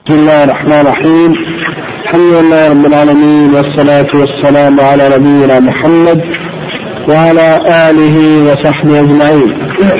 بسم الله الرحمن الرحيم. الحمد لله رب العالمين، والصلاة والسلام على نبينا محمد وعلى آله وصحبه أجمعين.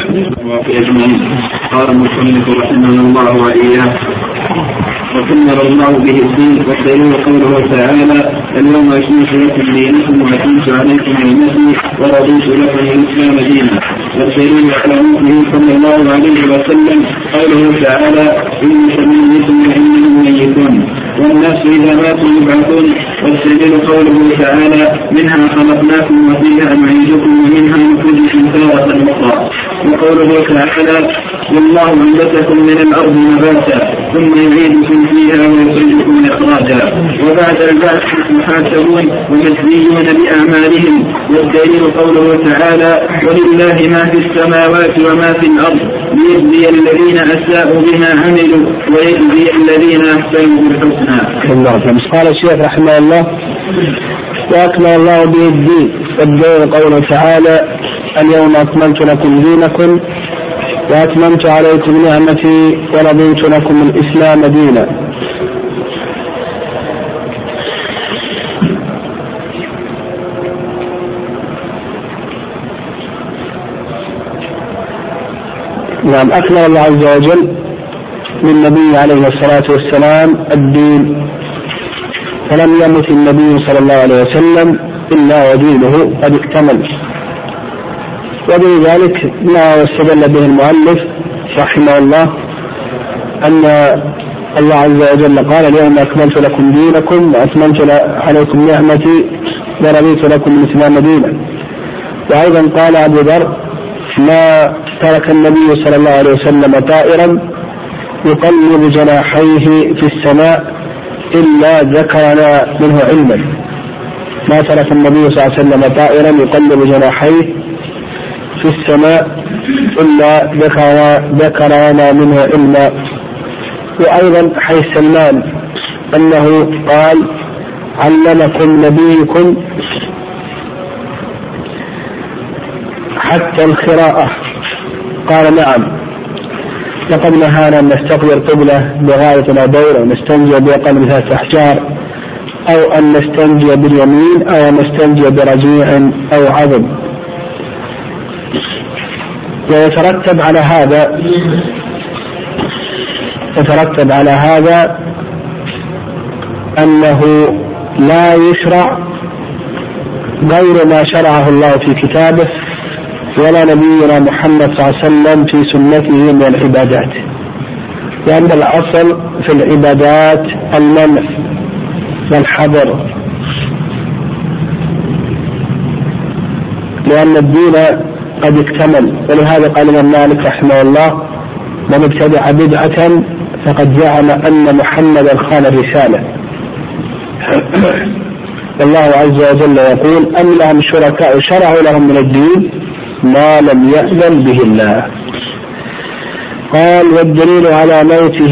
قال المصنف رحمه الله وإياه: وكمل الله به الدين، والدليل قوله تعالى: اليوم أكملت لكم دينكم وأتممت عليكم نعمتي ورضيت لكم الإسلام دينا. والدليل على موته صلى الله عليه وسلم قوله تعالى: إنك ميت وإنهم ميتون والناس إذا ماتوا يبعثون. والدليل قوله تعالى: منها خلقناكم وفيها نعيدكم ومنها نخرجكم تارة أخرى. وقوله تعالى: والله أنبتكم من الأرض نباتا ثم يعيدكم فيها ويخرجكم إخراجا. وبعد البعث محاسبون ومجزيون بأعمالهم. والدليل قوله تعالى: ولله ما في السماوات وما في الأرض ليجزي الذين أساءوا بما عملوا ويجزي الذين أحسنوا بالحسنى. قال الشيخ رحمه الله: وأكمل الله به الدين. والدليل قوله تعالى: اليوم أكملت لكم دينكم وأتممت عليكم نعمتي ورضيت لكم الإسلام دينا. نعم، أكمل الله عز وجل للنبي عليه الصلاة والسلام الدين، فلم يمت النبي صلى الله عليه وسلم إلا ودينه قد اكتمل. وبذلك ما واستدل به المؤلف رحمه الله أن الله عز وجل قال: اليوم أكملت لكم دينكم وأتممت عليكم نعمتي ورضيت لكم الإسلام دينا. وأيضا قال أبو ذر: ما ترك النبي صلى الله عليه وسلم طائرا يقلب جناحيه في السماء إلا ذكرنا منه علما. ما ترك النبي صلى الله عليه وسلم طائرا يقلب جناحيه في السماء إلا ذكرنا منه علما. وأيضا حيث سلمان أنه قال: علمكم نبيكم حتى القراءة. قال: نعم، لقد نهانا أن نستقبل قبلة بغاية دور، أو نستنجي بأقل 3 أحجار، أو أن نستنجي باليمين، أو أن نستنجي برجيع أو عظم. ويترتب على هذا أنه لا يشرع غير ما شرعه الله في كتابه ولا نبينا محمد صلى الله عليه وسلم في سنته من العبادات، لأن الأصل في العبادات المنع والحظر، لأن الدين قد اكتمل. ولهذا قال الإمام مالك رحمه الله: من ابتدع بدعة فقد زعم أن محمدا خان الرسالة. والله عز وجل يقول: أم لهم شركاء شرعوا لهم من الدين ما لم يأذن به الله. قال: والدليل على موته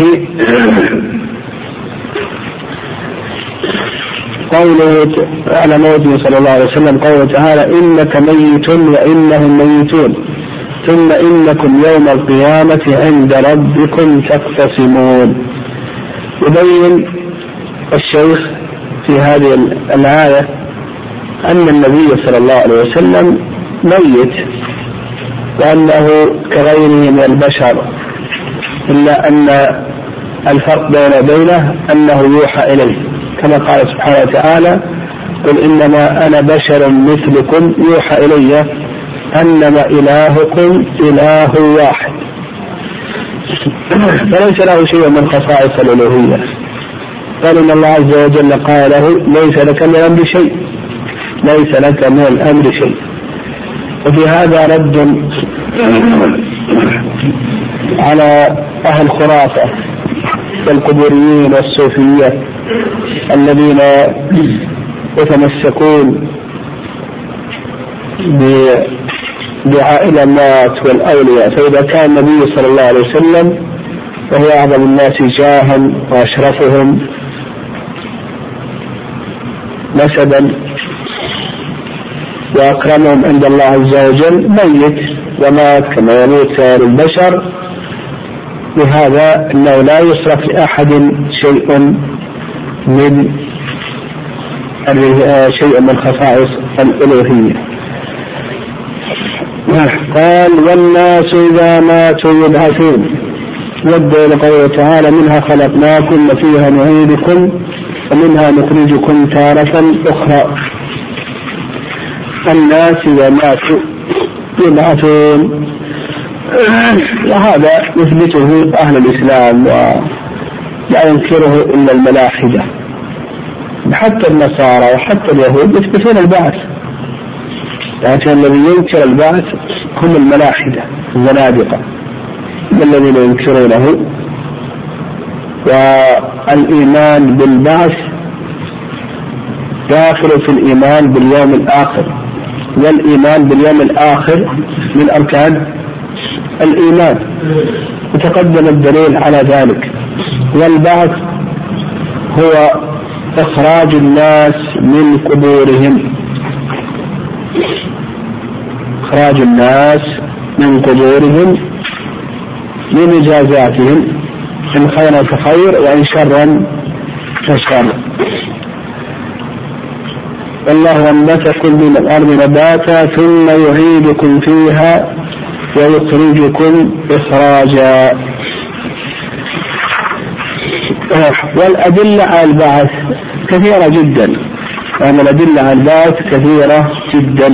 قوله على موته صلى الله عليه وسلم قوله تعالى: إنك ميت وإنهم ميتون ثم إنكم يوم القيامة عند ربكم تختصمون. يبين الشيخ في هذه الآية أن النبي صلى الله عليه وسلم ميت، وأنه كغيره من البشر، إلا أن الفرق بينه أنه يوحى إليه، كما قال سبحانه وتعالى: قل إنما أنا بشر مثلكم يوحى إلي أنما إلهكم إله واحد. فليس له شيء من خصائص الألوهية، قال إن الله عز وجل قال له: ليس لك من الأمر شيء، ليس لك من الأمر شيء. وفي هذا رد على أهل الخرافة والقبوريين والصوفية الذين يتمسكون بدعاء الأموات والأولياء. فإذا كان النبي صلى الله عليه وسلم وهو أعظم الناس جاها وأشرفهم نسبا وأكرمهم عند الله عز وجل ميت ومات كما يموت سائر البشر، بهذا أنه لا يصرف لأحد شيء من خصائص الألوهية. قال والناس إذا ماتوا يبعثون، ودوا لقوله تعالى منها خلقناكم وفيها نعيدكم ومنها نخرجكم تارة أخرى. الناس إذا ماتوا يبعثون، وهذا يثبته أهل الإسلام ولا ينكره إلا الملاحدة، حتى النصارى وحتى اليهود يثبتون البعث، لكن الذي ينكر البعث هم الملاحدة الزنادقة الذين ينكرونه. والإيمان بالبعث داخل في الإيمان باليوم الآخر، والإيمان باليوم الآخر من أركان الإيمان، وتقدم الدليل على ذلك. والبعث هو إخراج الناس من قبورهم، إخراج الناس من قبورهم لمجازاتهم، إن خيرا فخير وإن شرا فشر. والله أنبتكم من الأرض نباتا ثم يعيدكم فيها ويخرجكم إخراجا. والأدلة على البعث كثيرة جدا، يعني الأدلة على البعث كثيرة جدا.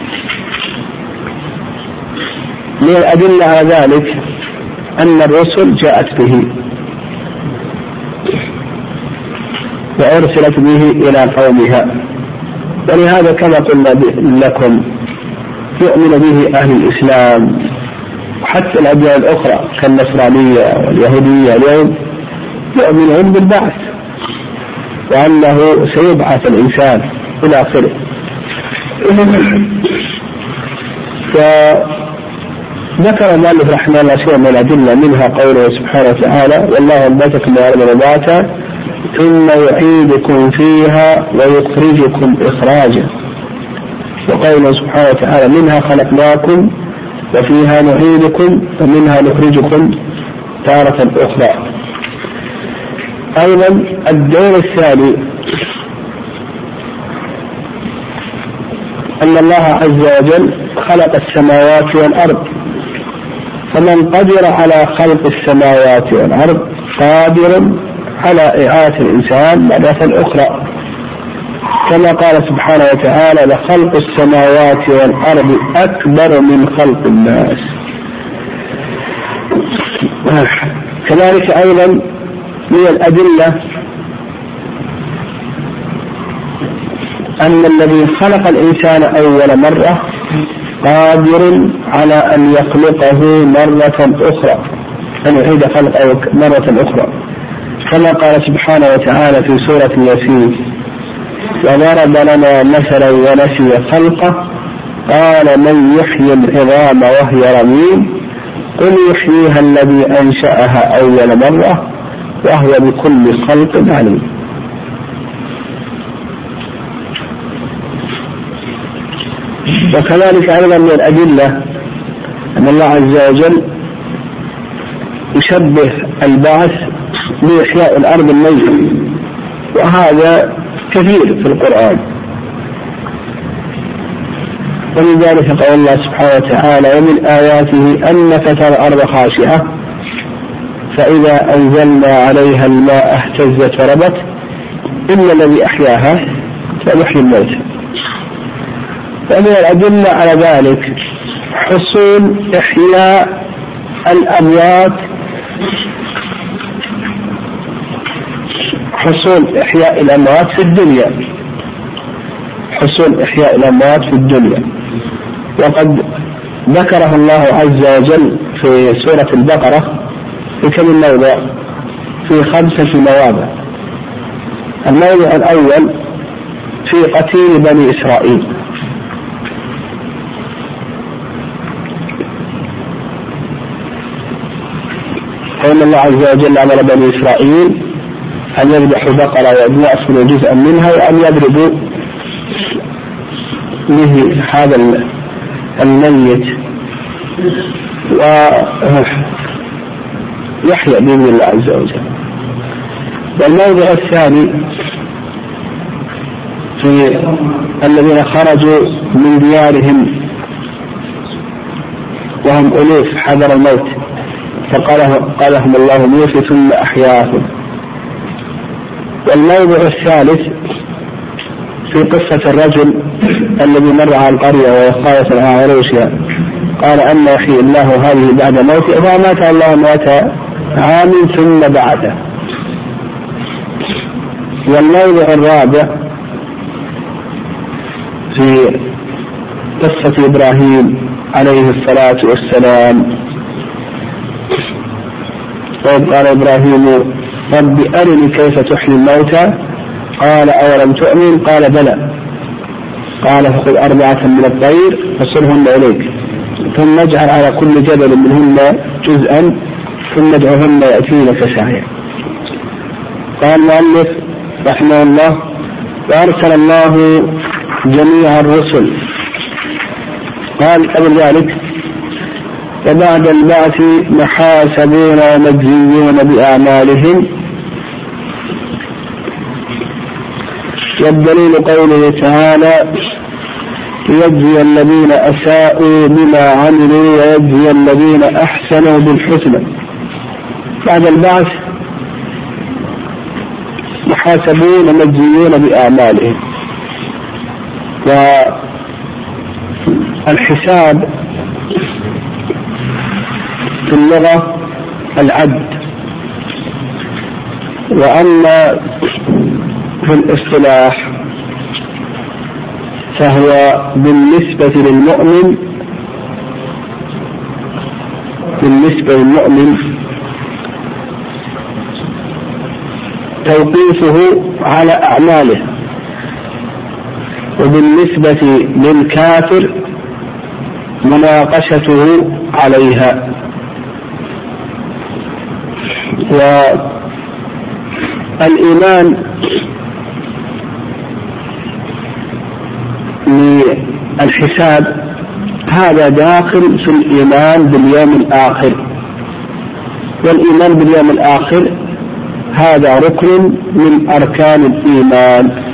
من الأدلة على ذلك أن الرسل جاءت به وأرسلت به إلى قومها، ولهذا كما قلنا لكم يؤمن به أهل الإسلام وحتى الأديان الأخرى كالنصرانية واليهودية اليوم يؤمنون بالبعث وأنه سيبعث الإنسان إلى آخره. فذكر المؤلف رحمه الله شيئا من الأدلة، منها قوله سبحانه وتعالى والله أنبتكم من الأرض نباتا ثم يعيدكم فيها ويخرجكم إخراجا، وقوله سبحانه وتعالى منها خلقناكم وفيها نعيدكم ومنها نخرجكم تارة أخرى. أيضا الدور الثاني أن الله عز وجل خلق السماوات والأرض، فمن قدر على خلق السماوات والأرض قادر على إعادة الإنسان مرة أخرى، كما قال سبحانه وتعالى لخلق السماوات والأرض أكبر من خلق الناس. كذلك أيضا من الأدلة أن الذي خلق الإنسان أول مرة قادر على أن يخلقه مرة أخرى، أن يعيد خلقه مرة أخرى، كما قال سبحانه وتعالى في سورة ياسين وضرب لنا مثلا ونسي خلقه قال من يحيي العظام وهي رميم قل يحييها الذي أنشأها أول مرة وهو بكل خلق عليم. وكذلك أيضا من الأدلة أن الله عز وجل يشبه البعث بإحياء الأرض الميتة، وهذا كثير في القرآن. ومن ذلك قول الله سبحانه وتعالى ومن آياته أنك ترى الأرض خاشعة فإذا أنزلنا عليها الماء اهتزت وربت إن الذي أحياها لمحيي الموتى. ومن الأدلة على ذلك حصول إحياء الأموات، حصول إحياء الأموات في الدنيا، حصول إحياء الأموات في الدنيا، وقد ذكره الله عز وجل في سورة البقرة في كم موضع؟ في 5 مواضع. الموضع الأول في قتيل بني إسرائيل، فإن الله عز وجل أمر بني إسرائيل أن يذبحوا بقرة ويأكلوا جزءا منها وأن يضربوا به هذا يحيا بإذن الله عز وجل. والموضع الثاني في الذين خرجوا من ديارهم وهم ألوف حذر الموت فقالهم الله موت ثم أحياهم. والموضع الثالث في قصة الرجل الذي مر على القرية وخايف على عروشها قال أن يحيي الله هذه بعد موته فمات الله موت عام ثم بعده. والموضع الرابع في قصة إبراهيم عليه الصلاة والسلام قال إبراهيم رب أرني كيف تحيي الموتى قال أولم تؤمن قال بلى قال فخذ 4 من الطير فصرهن إليك ثم اجعل على كل جبل منهن جزءا ثم ادعهن يأتينك سعيا. قال المؤلف رحمه الله وأرسل الله جميع الرسل. قال قبل ذلك وبعد البعث محاسبون ومجزيون بأعمالهم. والدليل قوله تعالى ليجزي الذين أساءوا بما عملوا ويجزي الذين أحسنوا بالحسنى. بعد البعث محاسبون ومجزيون بأعمالهم. والحساب في اللغة العد، وأما في الاصطلاح فهو بالنسبة للمؤمن توقيفه على أعماله، وبالنسبة للكافر مناقشته عليها. والإيمان للحساب هذا داخل في الإيمان باليوم الآخر، والإيمان باليوم الآخر هذا ركن من أركان الإيمان.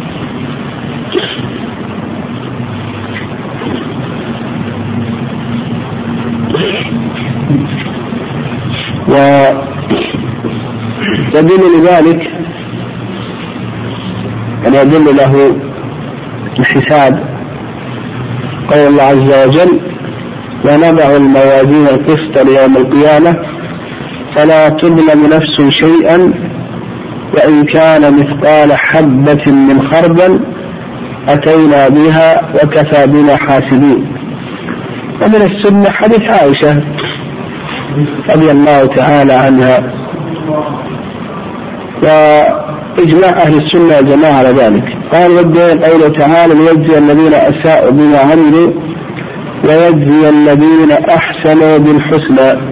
ويدل لذلك أن يدل له الحساب قول الله عز وجل ونضع الموازين القسط ليوم القيامة فلا تظلم نفس شيئا وإن كان مثقال حبة من خردل أتينا بها وكفى بنا حاسبين. ومن السنة حديث عائشة رضي الله تعالى عنها، وإجماع أهل السنة والجماعة على ذلك. قال والدين قوله تعالى ليجزي الذين أساءوا بما عملوا ويجزي الذين أحسنوا بالحسنى.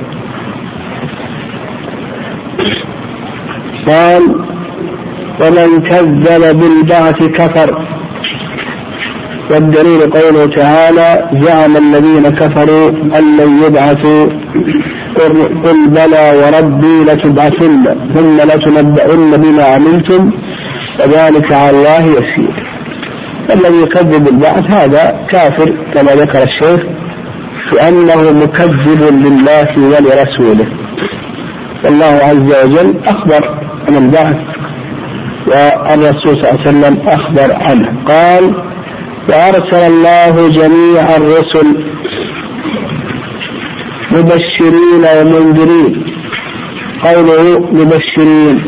قال ومن كذب بالبعث كفر. والدليل قوله تعالى زعم الذين كفروا أن لن يبعثوا قل بلى وربي لتبعثن ثم لتنبؤن بما عملتم وذلك على الله يسير. الذي يكذب بالبعث هذا كافر كما ذكر الشيخ، لأنه مكذب لله ولرسوله. والله عز وجل أخبر عن البعث والرسول صلى الله عليه وسلم أخبر عنه. قال وأرسل الله جميع الرسل مبشرين ومنذرين. قوله مبشرين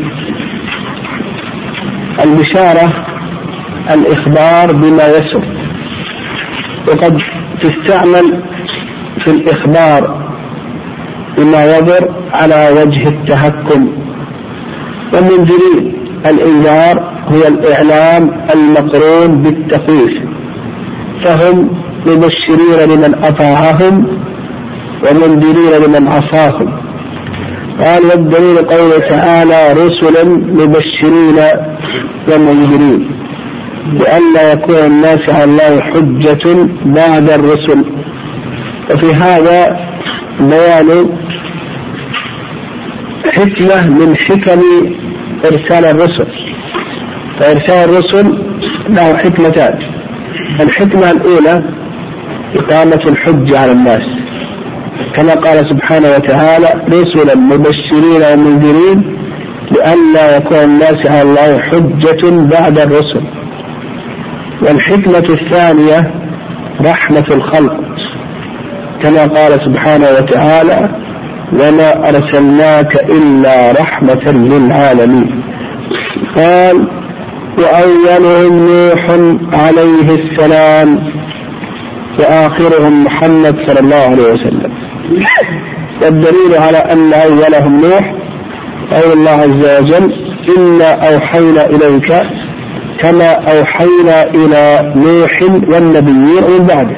البشارة الإخبار بما يسر، وقد تستعمل في الإخبار بما يضر على وجه التهكم. ومنذرين الإنذار هو الإعلام المقرون بالتخويف، فهم مبشرين لمن أطاعهم ومنذرين لمن عصاهم. قال والدليل قوله تعالى رسلا مبشرين ومنذرين لئلا يكون الناس على الله حجة بعد الرسل. وفي هذا بيان حكمة من حكم إرسال الرسل. فإرسال الرسل له حكمتان. الحكمة الأولى إقامة الحجة على الناس، كما قال سبحانه وتعالى: رسلا مبشرين ومنذرين لئلا يكون الناس على الله حجة بعد الرسل. والحكمة الثانية رحمة الخلق، كما قال سبحانه وتعالى: وما أرسلناك إلا رحمة للعالمين. قال: وأولهم نوح عليه السلام وآخرهم محمد صلى الله عليه وسلم. والدليل على أن أولهم نوح قول الله عز وجل: إنا أوحينا إليك كما أوحينا إلى نوح والنبيين من بعده.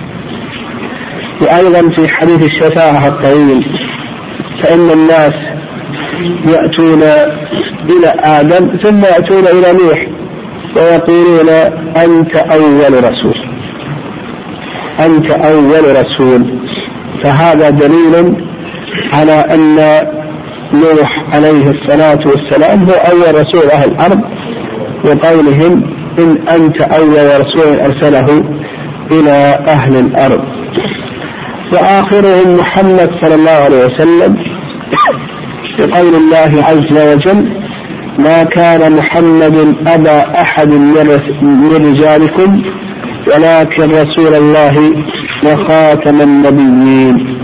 وأيضا في حديث الشفاعة الطويل: فإن الناس يأتون إلى آدم ثم يأتون إلى نوح ويقولون: أنت أول رسول، أنت أول رسول. فهذا دليل على أن نوح عليه الصلاة والسلام هو أول رسول أهل الأرض، وقولهم: إن أنت أول رسول أرسله إلى أهل الأرض. وآخرهم محمد صلى الله عليه وسلم، بقول الله عز وجل: ما كان محمد أبا أحد من رجالكم ولكن رسول الله وخاتم النبيين.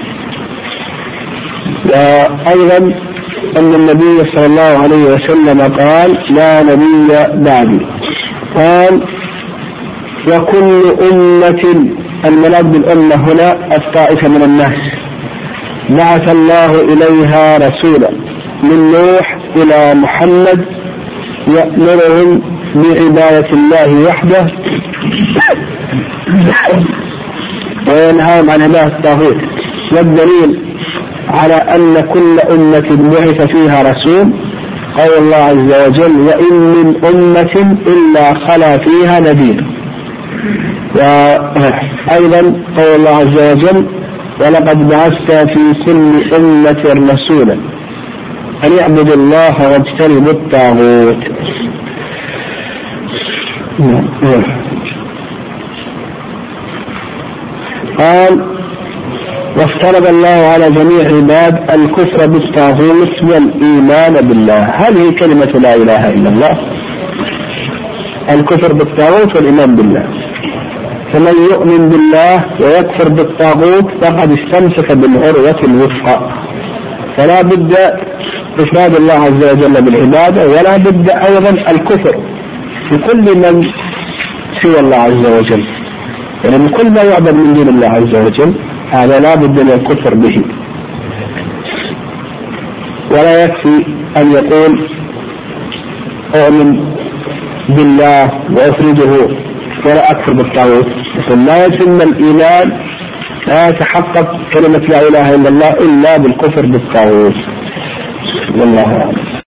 وأيضا أن النبي صلى الله عليه وسلم قال: لا نبي بعدي. قال: وكل أمة، المراد بالأمة هنا الطائفة من الناس، بعث الله إليها رسولا من نوح إلى محمد يأمرهم بعبادة الله وحده وينهاهم عن عبادة الطاغوت. والدليل على أن كل أمة بعث فيها رسول قول الله عز وجل: وإن من أمة إلا خلا فيها نذير. وأيضا قول الله عز وجل: ولقد بعثنا في كل أمة رسولا أن يعبدوا الله واجتنبوا الطاغوت. قال: وافترض الله على جميع عباد الكفر بالطاغوت والإيمان بالله. هذه كلمة لا إله إلا الله، الكفر بالطاغوت والإيمان بالله. فمن يؤمن بالله ويكفر بالطاغوت فقد استمسك بالعروة الوثقى. فلا بد إفراد الله عز وجل بالعبادة، ولا بد أيضا الكفر بكل من سوى الله عز وجل، يعني كل ما يعبد من دون الله عز وجل هذا لا بد من الكفر به. ولا يكفي أن يقول أؤمن بالله وأفرده ولا أكفر بالطاغوت، لا يتم الإيمان، لا يتحقق كلمة لا إله إلا الله إلا بالكفر بالطاغوت. والله أعلم.